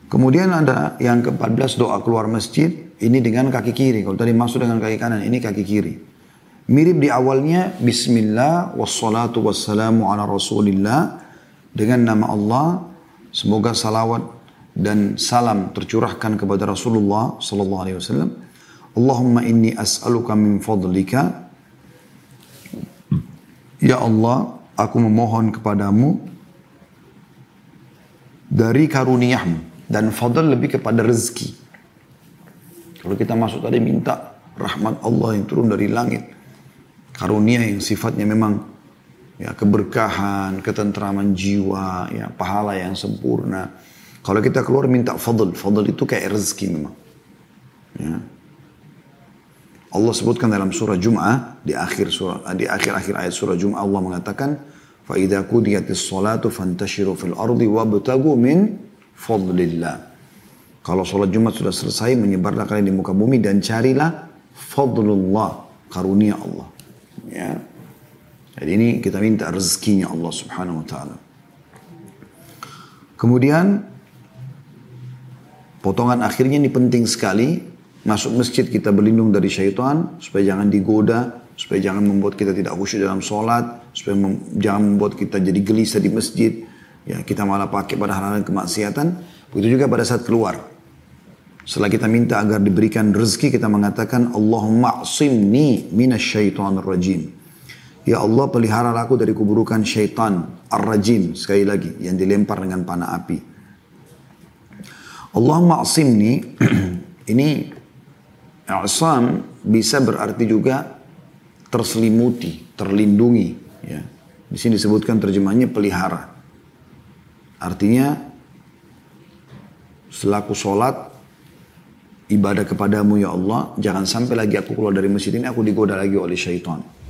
Kemudian ada yang ke-14 doa keluar masjid. Ini dengan kaki kiri. Kalau tadi masuk dengan kaki kanan, ini kaki kiri. Mirip di awalnya. Bismillah wassalatu wassalamu ala rasulillah. Dengan nama Allah. Semoga salawat dan salam tercurahkan kepada Rasulullah sallallahu alaihi wasallam. Allahumma inni as'aluka min fadlika. Ya Allah, aku memohon kepadamu dari karuniamu. Dan fadl lebih kepada rezeki. Kalau kita masuk tadi minta rahmat Allah yang turun dari langit. Karunia yang sifatnya memang ya keberkahan, ketentraman jiwa, ya pahala yang sempurna. Kalau kita keluar minta fadl. Fadl itu kayak rezeki memang. Ya. Allah sebutkan dalam surah Jum'ah, di akhir-akhir ayat surah Jum'ah Allah mengatakan, فَإِذَا قُضِيَتِ الصَّلَاةُ فَانْتَشِرُوا فِي الْأَرْضِ وَابْتَغُوا مِنْ fadlillah. Kalau sholat Jumat sudah selesai, menyebarlah kalian di muka bumi dan carilah fadlullah, karunia Allah. Ya. Jadi ini kita minta rezekinya Allah subhanahu wa ta'ala. Kemudian, potongan akhirnya ini penting sekali. Masuk masjid kita berlindung dari syaitan, supaya jangan digoda, supaya jangan membuat kita tidak khusyuk dalam sholat, supaya jangan membuat kita jadi gelisah di masjid. Ya, kita malah pakai pada hal-hal kemaksiatan. Begitu juga pada saat keluar. Setelah kita minta agar diberikan rezeki, kita mengatakan, Allahumma a'simni minasyaitonir rajim. Ya Allah, peliharalah aku dari keburukan syaitan ar-rajim. Sekali lagi, yang dilempar dengan panah api. Allahumma a'simni, ini i'sam bisa berarti juga terselimuti, terlindungi. Ya. Di sini disebutkan terjemahnya pelihara. Artinya, selaku sholat, ibadah kepadamu ya Allah, jangan sampai lagi aku keluar dari masjid ini, aku digoda lagi oleh syaitan.